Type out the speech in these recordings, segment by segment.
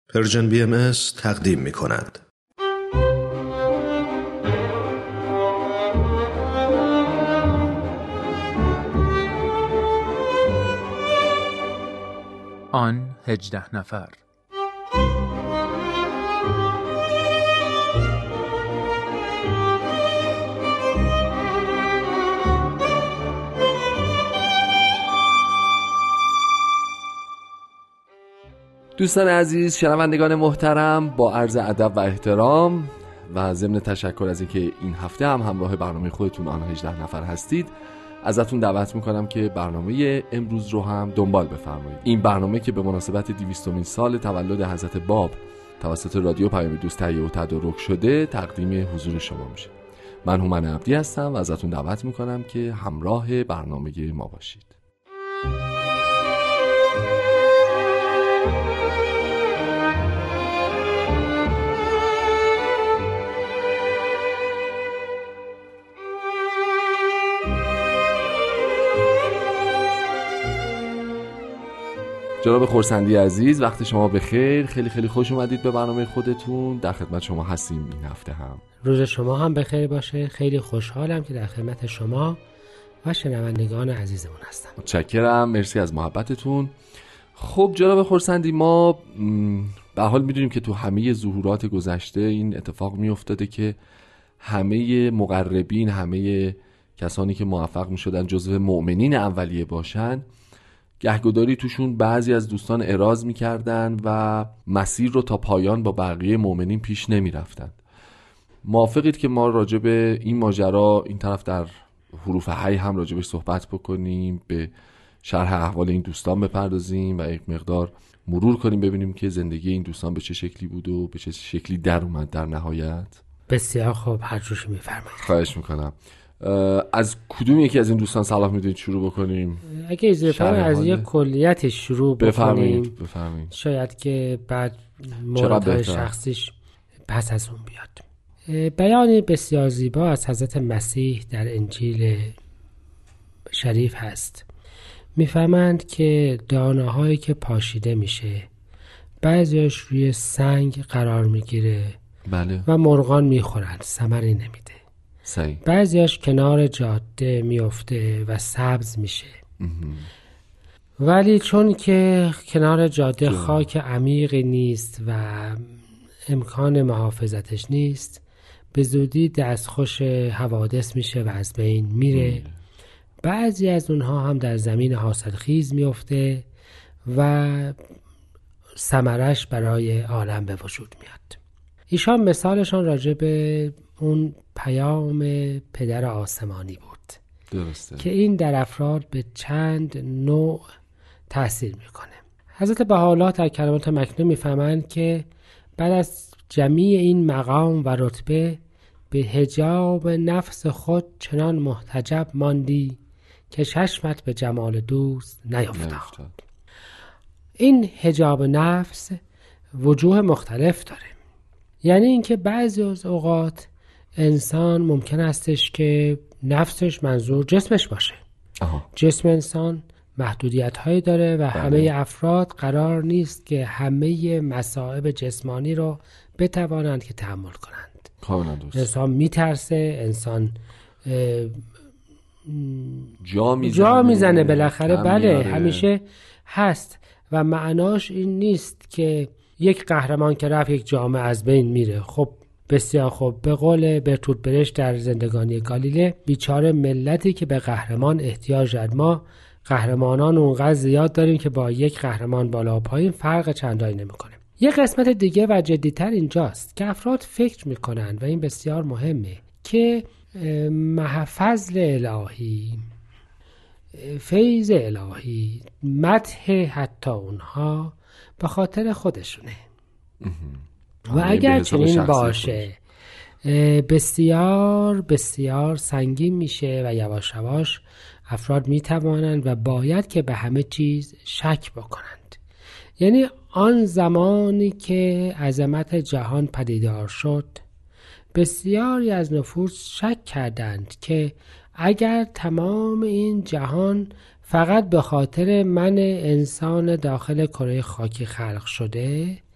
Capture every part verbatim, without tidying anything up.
پرژن بی ام اس تقدیم می کند. آن هجده نفر. دوستان عزیز، شنوندگان محترم، با عرض ادب و احترام و ضمن تشکر از اینکه این هفته هم همراه برنامه خودتون آن هجده نفر هستید، ازتون دعوت میکنم که برنامه امروز رو هم دنبال بفرمایید. این برنامه که به مناسبت دویستمین سال تولد حضرت باب توسط رادیو پیام دوست تهیه و تدارک شده تقدیم حضور شما میشه. من هومن عبدی هستم و ازتون دعوت میکنم که همراه برنامه ما باشید. جناب خورسندی عزیز، وقت شما بخیر. خیلی خیلی خوش اومدید به برنامه خودتون. در خدمت شما هستیم این هفته هم. روز شما هم بخیر باشه. خیلی خوشحالم که در خدمت شما و شنوندگان عزیزمون هستم. متشکرم، مرسی از محبتتون. خب جناب خورسندی، ما به حال میدونیم که تو همه ظهورات گذشته این اتفاق میافتاده که همه مقربین، همه کسانی که موفق میشدن جزو مؤمنین اولیه باشن، گهگداری توشون بعضی از دوستان اعراض میکردن و مسیر رو تا پایان با بقیه مؤمنین پیش نمیرفتن. موافقید که ما راجع به این ماجرا این طرف در حروف حی هم راجعش صحبت بکنیم، به شرح احوال این دوستان بپردازیم و یک مقدار مرور کنیم ببینیم که زندگی این دوستان به چه شکلی بود و به چه شکلی در اومد در نهایت؟ بسیار خوب، هر جوش میفرمایید. خواهش میکنم. از کدوم یکی از این دوستان صلاح میدونید شروع بکنیم؟ اگه اجازه از یک کلیتش شروع بکنیم بفرمایید. بفرمایید. شاید که بعد موردهای شخصیش پس از اون بیاد. بیانی بسیار زیبا از حضرت مسیح در انجیل شریف هست. میفهمند که دانه هایی که پاشیده میشه بعضیش روی سنگ قرار میگیره، بله، و مرغان میخورند، ثمری نمیده. صحیح. بعضیش کنار جاده میفته و سبز میشه. ولی چون که کنار جاده خاک عمیقی نیست و امکان محافظتش نیست، به زودی دستخوش حوادث میشه و از بین میره. بعضی از اونها هم در زمین حاصلخیز میفته و ثمرش برای عالم به وجود میاد. ایشان مثالشان راجع به اون پیام پدر آسمانی بود. درسته. که این در افراد به چند نوع تأثیر میکنه. حضرت بهاءالله در کلمات مکنون میفهمند که بعد از جمیع این مقام و رتبه به حجاب نفس خود چنان محتجب ماندی که چشمت به جمال دوست نیفتاد. این حجاب نفس وجوه مختلف داره. یعنی اینکه بعضی از اوقات انسان ممکن استش که نفسش منظور جسمش باشه. آها. جسم انسان محدودیت هایی داره و بله. همه افراد قرار نیست که همه مصائب جسمانی رو بتوانند که تحمل کنند. کاملا درست. انسان میترسه، انسان جا میزنه, جا میزنه بالاخره، بله میاره. همیشه هست و معناش این نیست که یک قهرمان که رفت یک جامعه از بین میره. خب بسیار خوب. به قول برتولد برشت در زندگانی گالیله، بیچاره ملتی که به قهرمان احتیاج دارد. ما قهرمانان اونقدر زیاد داریم که با یک قهرمان بالا و پایین فرق چندانی نمیکنه. یک قسمت دیگه و جدیتر اینجاست که افراد فکر میکنن و این بسیار مهمه که محفظل الهی، فیض الهی، مدح حتی اونها به خاطر خودشونه. و اگر چنین باشه بسیار بسیار سنگین میشه و یواش یواش افراد میتوانند و باید که به همه چیز شک بکنند. یعنی آن زمانی که عظمت جهان پدیدار شد، بسیاری از نفوس شک کردند که اگر تمام این جهان فقط به خاطر من انسان داخل کره خاکی خلق شده،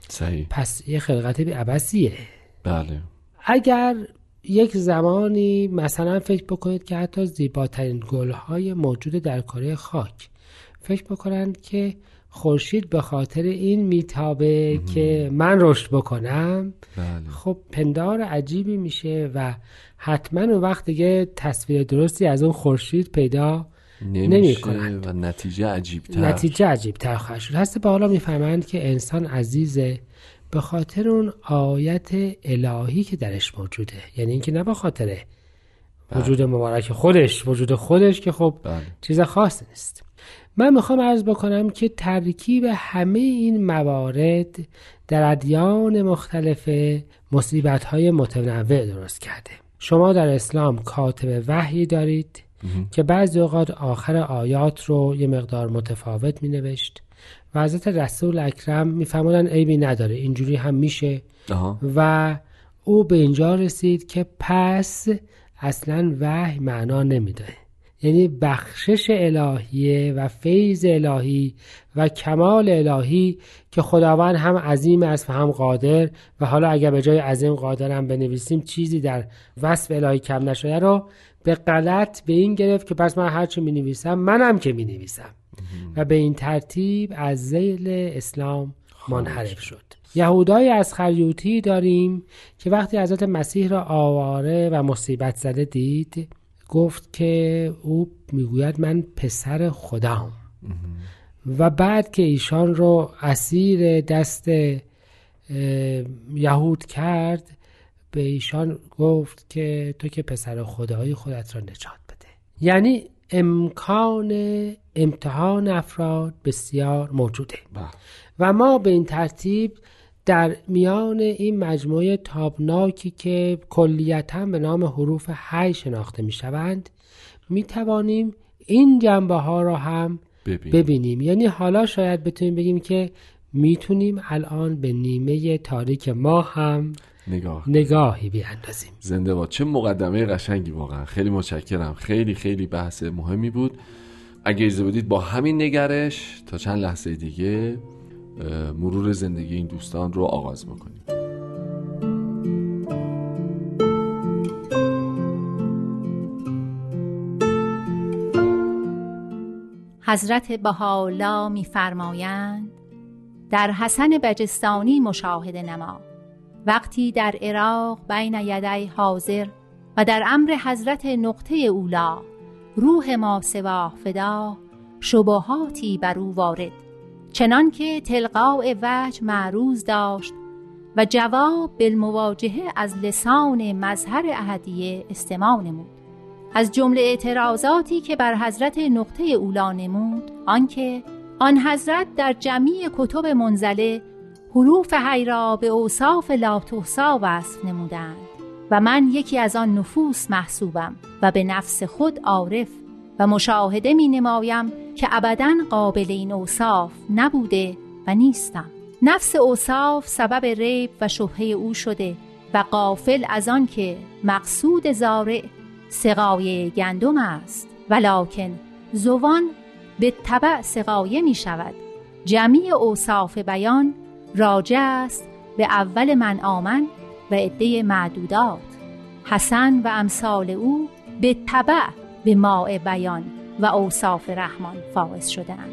صحیح. پس یه خلقت بی عبثیه. بله. اگر یک زمانی مثلا فکر بکنید که حتی زیباترین گلهای موجود در کره خاک فکر بکنند که خورشید به خاطر این میتابه که من رشد بکنم، بله. خب پندار عجیبی میشه و حتما اون وقت دیگه تصویر درستی از اون خورشید پیدا نمی کنند و نتیجه عجیبتر نتیجه عجیبتر خواهد شد. هست به حالا میفهمند که انسان عزیزه به خاطر اون آیت الهی که درش موجوده، یعنی اینکه نه به خاطر وجود مبارک خودش، وجود خودش که خب بله. چیز خاصی نیست. من میخوام عرض بکنم که ترکیب همه این موارد در ادیان مختلف مصیبت‌های متنوع درست کرده. شما در اسلام کاتب وحی دارید که بعضی اوقات آخر آیات رو یه مقدار متفاوت مینوشت و حضرت رسول اکرم میفرمودن عیبی نداره، اینجوری هم میشه. آها. و او به اینجا رسید که پس اصلا وحی معنا نمیده، یعنی بخشش الهیه و فیض الهی و کمال الهی که خداوند هم عظیم است و هم قادر، و حالا اگر به جای عظیم قادر هم بنویسیم چیزی در وصف الهی کم نشده رو به غلط به این گرفت که پس من هرچی می نویسم منم که می نویسم و به این ترتیب از ذیل اسلام منحرف شد. یهودای اسخریوطی داریم که وقتی حضرت مسیح را آواره و مصیبت زده دید گفت که او میگوید من پسر خدام و بعد که ایشان رو اسیر دست یهود کرد به ایشان گفت که تو که پسر خدایی خودت را نجات بده. یعنی امکان امتحان افراد بسیار موجوده بله. و ما به این ترتیب در میان این مجموعه تابناکی که کلیتاً به نام حروف حی شناخته می شوند می توانیم این جنبه ها را هم ببینیم. ببینیم. یعنی حالا شاید بتونیم بگیم که میتونیم الان به نیمه تاریک ما هم نگاه نگاهی بیاندازیم. زنده باد. چه مقدمه قشنگی واقعا. خیلی متشکرم. خیلی خیلی بحث مهمی بود. اگه اجازه بدید با همین نگرش تا چند لحظه دیگه مرور زندگی این دوستان رو آغاز بکنیم. حضرت بهاءالله می‌فرمایند در حسن بجستانی مشاهده نما. وقتی در عراق بین یدی حاضر و در امر حضرت نقطه اولا روح ما سواه فدا، شبهاتی بر او وارد چنان که تلقاء وجه معروض داشت و جواب بالمواجهه از لسان مظهر احدیه استماع نمود. از جمله اعتراضاتی که بر حضرت نقطه اولا نمود آنکه آن حضرت در جمیع کتب منزله حروف حی را به اوصاف لا تحصی وصف نمودند و من یکی از آن نفوس محسوبم و به نفس خود عارف و مشاهده می نمایم که ابداً قابل این اوصاف نبوده و نیستم. نفس اوصاف سبب ریب و شبهه او شده و غافل از آن که مقصود زارع سقای گندم است، ولکن زوان به تبع سقایه می شود. جمیع اوصاف بیان راجع است به اول من آمن و عده معدودات. حسن و امثال او به تبع به ماء بیان و اوصاف رحمان فائز شده‌اند.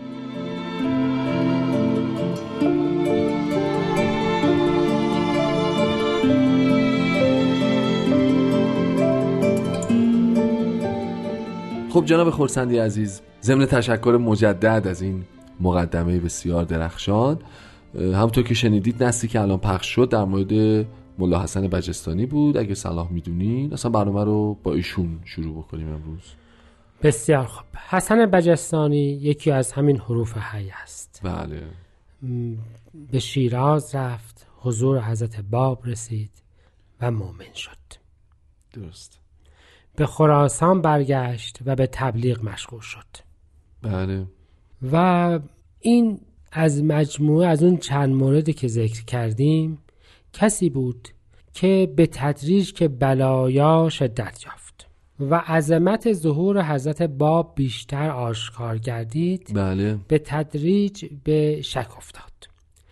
خب جناب خرسندی عزیز، ضمن تشکر مجدد از این مقدمه بسیار درخشان، همونطور که شنیدید نسلی که الان پخش شد در مورد ملا حسن بجستانی بود. اگه صلاح میدونین اصلا برنامه رو با ایشون شروع بکنیم امروز. بسیار خوب. حسن بجستانی یکی از همین حروف حی است. بله. به شیراز رفت، حضور حضرت باب رسید و مؤمن شد. درست. به خراسان برگشت و به تبلیغ مشغول شد. بله. و این از مجموعه از اون چند موردی که ذکر کردیم کسی بود که به تدریج که بلایا شدت یافت و عظمت ظهور حضرت باب بیشتر آشکار گردید، بله. به تدریج به شک افتاد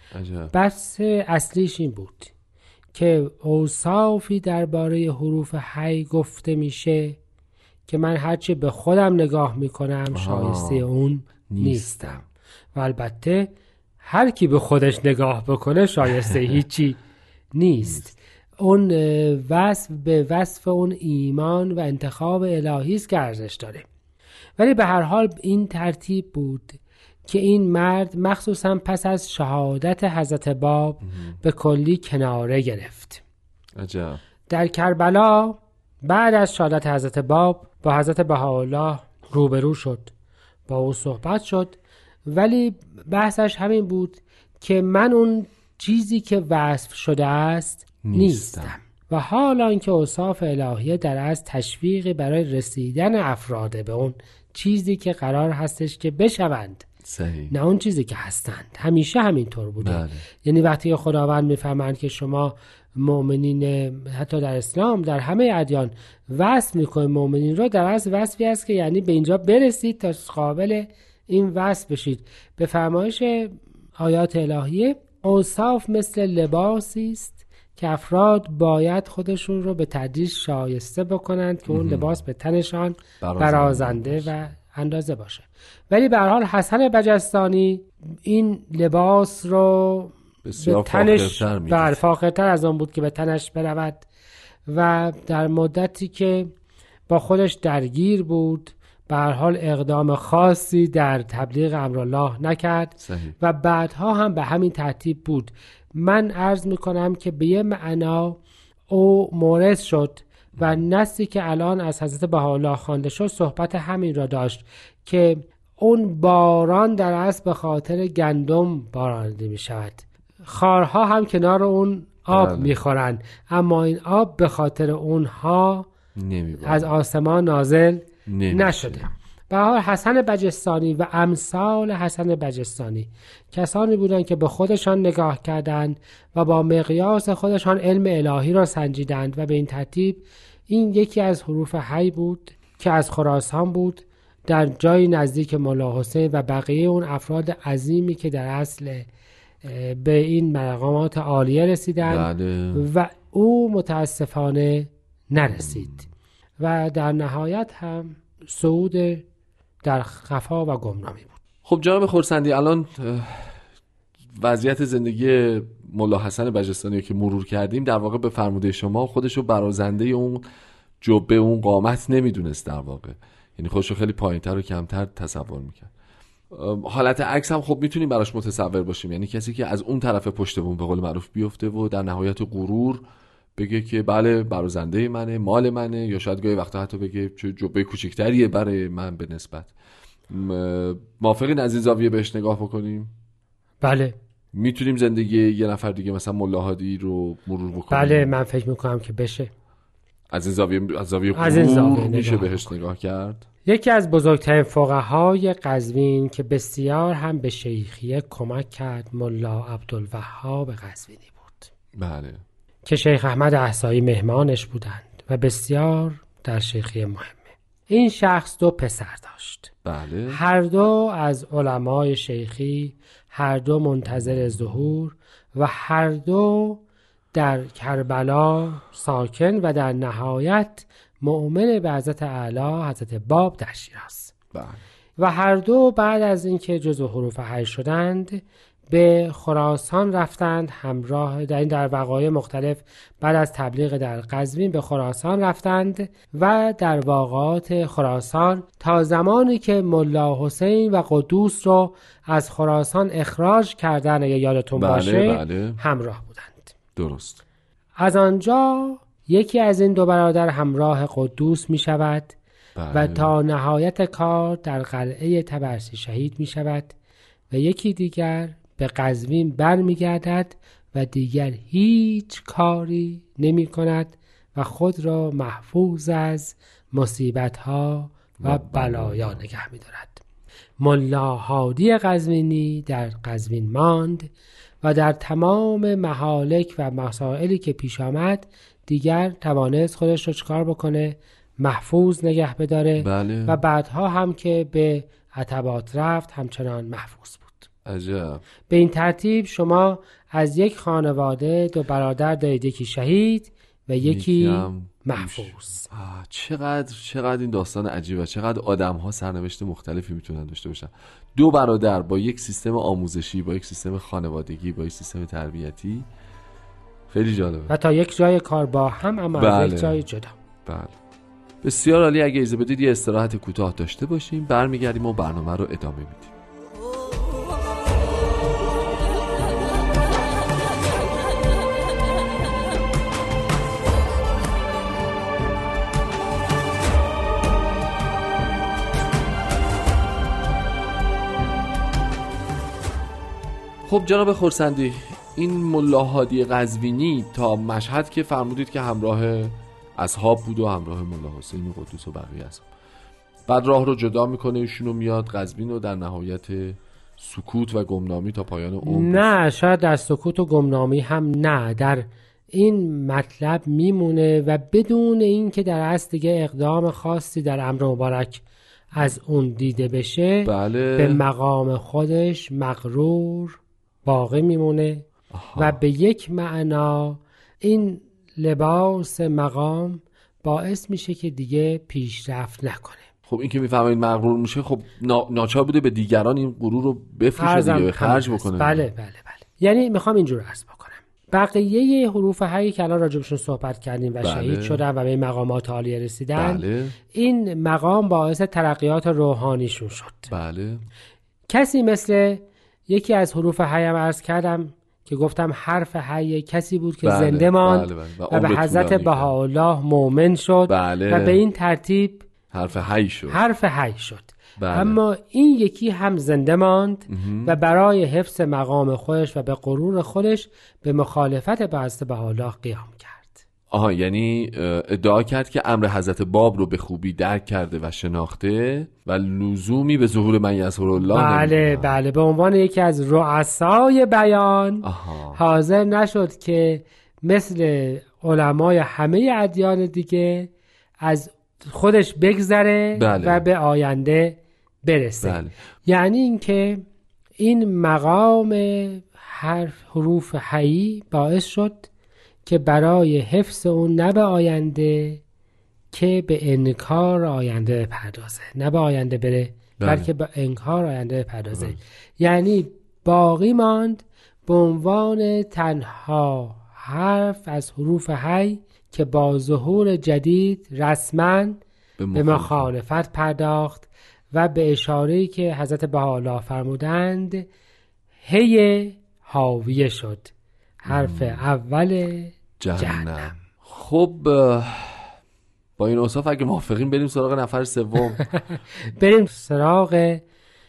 عجب. بحث اصلیش این بود که اوصافی درباره حروف حی گفته میشه که من هرچی به خودم نگاه میکنم شایسته اون نیستم و البته هر کی به خودش نگاه بکنه شایسته هیچی نیست. اون وصف به وصف اون ایمان و انتخاب الهی است که ارزش داره. ولی به هر حال این ترتیب بود که این مرد مخصوصا پس از شهادت حضرت باب به کلی کناره گرفت. عجب. در کربلا بعد از شهادت حضرت باب با حضرت بهاءالله روبرو شد، با او صحبت شد، ولی بحثش همین بود که من اون چیزی که وصف شده است نیستم, نیستم. و حالا که اوصاف الهیه در از تشویقی برای رسیدن افراد به اون چیزی که قرار هستش که بشوند، صحیح. نه اون چیزی که هستند. همیشه همینطور بوده. بله. یعنی وقتی خداوند میفهمند که شما مؤمنین، حتی در اسلام در همه ادیان وصف میکنه مؤمنین رو، در از وصفی است که یعنی به اینجا برسید تا قابل این وصف بشید. به فرمایش آیات الهیه اوصاف مثل لباسی است که افراد باید خودشون رو به تدریج شایسته بکنند که اون لباس به تنشان برازنده و اندازه باشه. ولی به هر حال حسن بجستانی این لباس رو به تنش بر فاخرتر از آن بود که به تنش برود و در مدتی که با خودش درگیر بود به هر حال اقدام خاصی در تبلیغ امرالله نکرد. صحیح. و بعدها هم به همین ترتیب بود. من عرض میکنم که به یه معنا او مورث شد و نصی که الان از حضرت بهاءالله خوانده شد صحبت همین را داشت که اون باران در اصل به خاطر گندم بارانده می شود، خارها هم کنار اون آب بله. میخورن، اما این آب به خاطر اونها از آسمان نازل نشده. به حال حسن بجستانی و امثال حسن بجستانی کسانی بودند که به خودشان نگاه کردند و با مقیاس خودشان علم الهی را سنجیدند و به این ترتیب این یکی از حروف حی بود که از خراسان بود، در جای نزدیک مولا حسین و بقیه اون افراد عظیمی که در اصل به این مقامات عالیه رسیدند. بله. و او متاسفانه نرسید و در نهایت هم صعود در خفا و گمنامی بود. خب جناب خرسندی، الان وضعیت زندگی مولا حسن بجستانی که مرور کردیم در واقع به فرموده شما خودشو برازنده اون جبه اون قامت نمیدونست، در واقع یعنی خودشو خیلی پایینتر و کمتر تصور میکرد. حالت عکس هم خب میتونیم براش متصور باشیم، یعنی کسی که از اون طرف پشت بون به قول معروف بیفته و در نهایت غرور بگه که بله برازنده منه، مال منه، یا شاید گاهی وقتا حتی بگه چه جبه کوچیک‌تریه برای من به نسبت. موافقین از این زاویه بهش نگاه بکنیم؟ بله. میتونیم زندگی یه نفر دیگه مثلا مولا هادی رو مرور بکنیم؟ بله، من فکر میکنم که بشه. از این زاویه از زاویه غرور میشه بهش نگاه کرد. یکی از بزرگترین فقهای قزوین که بسیار هم به شیخیه کمک کرد ملا عبدالوهاب قزوینی بود. بله. که شیخ احمد احصایی مهمانش بودند و بسیار در شیخیه مهمه. این شخص دو پسر داشت. بله. هر دو از علمای شیخی، هر دو منتظر ظهور و هر دو در کربلا ساکن و در نهایت مؤمن به حضرت اعلی حضرت باب در شیراز. بله. و هر دو بعد از اینکه جزو حروف حی شدند به خراسان رفتند، همراه در این در وقایع مختلف بعد از تبلیغ در قزوین به خراسان رفتند و در واقعات خراسان تا زمانی که ملا حسین و قدوس رو از خراسان اخراج کردن، اگه یادتون بله، باشه بله. همراه بودند. درست. از آنجا یکی از این دو برادر همراه قدوس می شود بله. و تا نهایت کار در قلعه طبرسی شهید می شود و یکی دیگر به قزوین بر می گردد و دیگر هیچ کاری نمی کند و خود را محفوظ از مصیبت ها و بلایا نگه می دارد. ملا هادی قزوینی در قزوین ماند و در تمام مهالک و مسائلی که پیش آمد دیگر توانست خودش رو چکار بکنه، محفوظ نگه بداره. بله. و بعدها هم که به عتبات رفت همچنان محفوظ بود. عجب. به این ترتیب شما از یک خانواده دو برادر دارید، یکی شهید و یکی محفوظ. چقدر چقدر این داستان عجیبه، چقدر آدم ها سرنوشت مختلفی میتونن داشته باشن. دو برادر با یک سیستم آموزشی، با یک سیستم خانوادگی، با یک سیستم تربیتی، خیلی جالبه. و تا یک جای کار با هم، اما بله. از یک جای جدا. بله. بسیار عالی. اگه اجازه بدید یه استراحت کوتاه داشته باشیم، برمیگردیم و برنامه رو ادامه میدیم. خب جناب خرسندی، این ملا هادی قزوینی تا مشهد که فرمودید که همراه اصحاب بود و همراه ملا حسین قدوس و بقیه اصحاب، بعد راه رو جدا میکنه ایشونو میاد قزوین و در نهایت سکوت و گمنامی تا پایان عمر. نه شاید در سکوت و گمنامی هم نه، در این مطلب میمونه و بدون این که در اصل دیگه اقدام خاصی در امر مبارک از اون دیده بشه. بله. به مقام خودش مغرور باقی میمونه. آها. و به یک معنا این لباس مقام باعث میشه که دیگه پیشرفت نکنه. خب این که میفهمید مغرور میشه، خب ناچار بوده به دیگران این غرور رو بفروشه دیگه، به خرج بکنه. بله بله بله. یعنی میخوام اینجور عرض بکنم، بقیه حروف هایی که الان راجبشون صحبت کردیم و بله. شهید شدن و به این مقامات عالیه رسیدن. بله. این مقام باعث ترقیات روحانیشون شد. بله. کسی مثل یکی از حروف هی هم عرض کردم که گفتم حرف هی کسی بود که بله. زنده ماند. بله بله. و, و به حضرت بهاءالله مؤمن شد. بله. و به این ترتیب حرف هی شد. حرف هی شد. بله. اما این یکی هم زنده ماند و برای حفظ مقام خودش و به غرور خودش به مخالفت با حضرت بهاءالله قیام کرد. آها، یعنی ادعا کرد که امر حضرت باب رو به خوبی درک کرده و شناخته و لزومی به ظهور من یظهر الله. بله نمیده. بله، به عنوان یکی از رؤسای بیان آها. حاضر نشد که مثل علمای همه ادیان دیگه از خودش بگذره. بله. و به آینده برسه. بله. یعنی اینکه این مقام حرف حروف هی باعث شد که برای حفظ اون نه به آینده که به انکار آینده پردازه، نه به آینده بره بله. بلکه به انکار آینده پردازه. بله. یعنی باقی ماند به عنوان تنها حرف از حروف هی که با ظهور جدید رسما به مخالفت پرداخت و به اشاره‌ای که حضرت بهاءالله فرمودند هی حاویه شد، حرف مم. اول جهنم. جهنم. خب با این اوصاف اگه موافقین بریم سراغ نفر سوم. بریم سراغ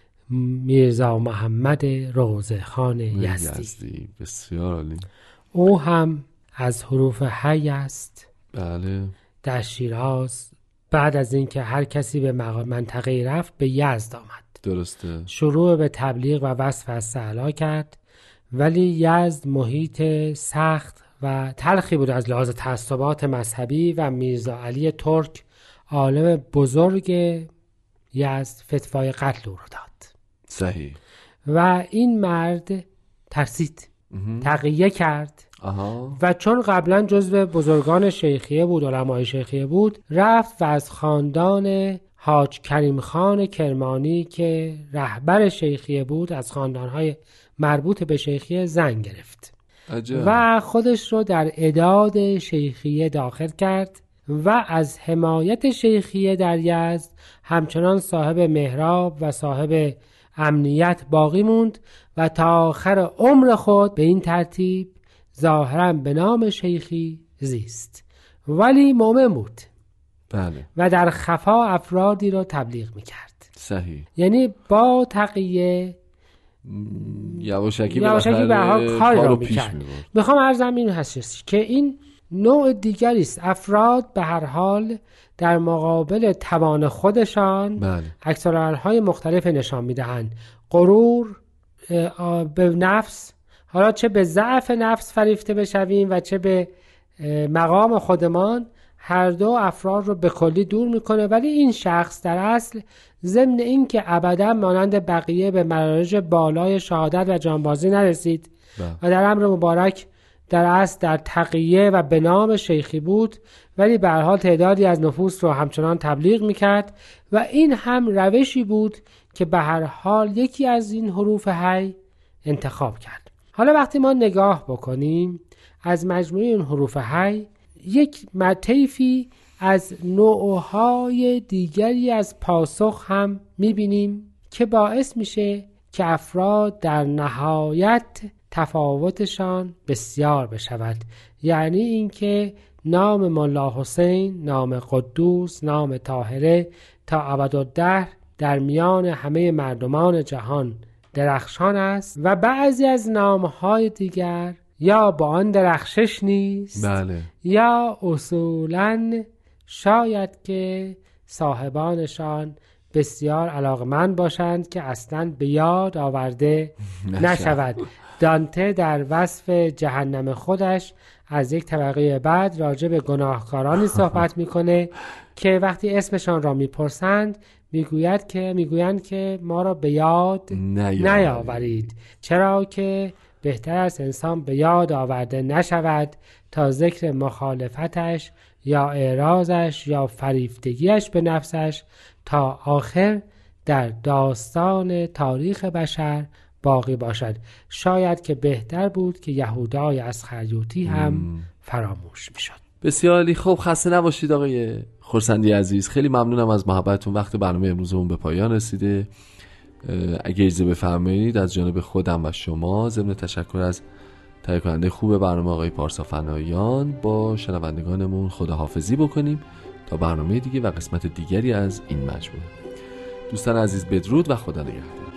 میرزا محمد روضه خان یزدی. یزدی بسیار عالی. او هم از حروف هی است. بله. در شیراز بعد از اینکه هر کسی به منطقه رفت به یزد آمد. درسته. شروع به تبلیغ و وصف از سهلا کرد، ولی یزد محیط سخت و تلخی بود از لحاظ تعصبات مذهبی و میرزا علی ترک عالم بزرگ یزد فتوای قتل او رو داد. صحیح. و این مرد ترسید، تقیه کرد. آها. و چون قبلا جزو بزرگان شیخیه بود، علمای شیخیه بود، رفت و از خاندان حاج کریم خان کرمانی که رهبر شیخیه بود، از خاندانهای مربوط به شیخیه زن گرفت. عجب. و خودش رو در اعداد شیخیه داخل کرد و از حمایت شیخیه در یزد همچنان صاحب محراب و صاحب امنیت باقی موند و تا آخر عمر خود به این ترتیب ظاهراً به نام شیخی زیست، ولی مؤمن بود. بله. و در خفا افرادی را تبلیغ میکرد. صحیح. یعنی با تقیه یواشکی یواشکی به حال کاری را میکرد. میخوام عرضم این هستش که این نوع دیگری است. افراد به هر حال در مقابل توان خودشان بله. عکس‌العمل‌های مختلف نشان میدهند. غرور به نفس، حالا چه به ضعف نفس فریفته بشویم و چه به مقام خودمان، هر دو افراد رو به کلی دور میکنه، ولی این شخص در اصل ضمن این که ابدا مانند بقیه به مدارج بالای شهادت و جانبازی نرسید و در امر مبارک در اصل در تقیه و به نام شیخی بود، ولی به هر حال تعدادی از نفوس رو همچنان تبلیغ میکرد و این هم روشی بود که به هر حال یکی از این حروف هی انتخاب کرد. حالا وقتی ما نگاه بکنیم از مجموعه این حروف هی یک طیفی از نوعهای دیگری از پاسخ هم میبینیم که باعث میشه که افراد در نهایت تفاوتشان بسیار بشود. یعنی اینکه نام ملا حسین، نام قدوس، نام طاهره تا ابدالدهر در میان همه مردمان جهان درخشان است و بعضی از نامهای دیگر یا با آن درخشش نیست، بله. یا اصولاً شاید که صاحبانشان بسیار علاقمند باشند که اصلاً به یاد آورده نشود. دانته در وصف جهنم خودش از یک طبقه بعد راجع به گناهکارانی صحبت میکنه که وقتی اسمشان را میپرسند میگوید که میگویند که ما را به یاد نیاورید، چرا که بهتر است انسان به یاد آورده نشود تا ذکر مخالفتش یا اعراضش یا فریفتگیش به نفسش تا آخر در داستان تاریخ بشر باقی باشد. شاید که بهتر بود که یهودای اسخریوطی هم مم. فراموش میشد. بسیار عالی. خب خسته نباشید آقای خورسندی عزیز، خیلی ممنونم از محبتتون. وقت برنامه امروزمون به پایان رسیده. اگه اجازه بفرمایید از جانب خودم و شما ضمن تشکر از تهیه کننده خوب برنامه آقای پارسا فنایان با شنوندگانمون خداحافظی بکنیم تا برنامه دیگه و قسمت دیگری از این مجموعه. دوستان عزیز بدرود و خدا نگهدار.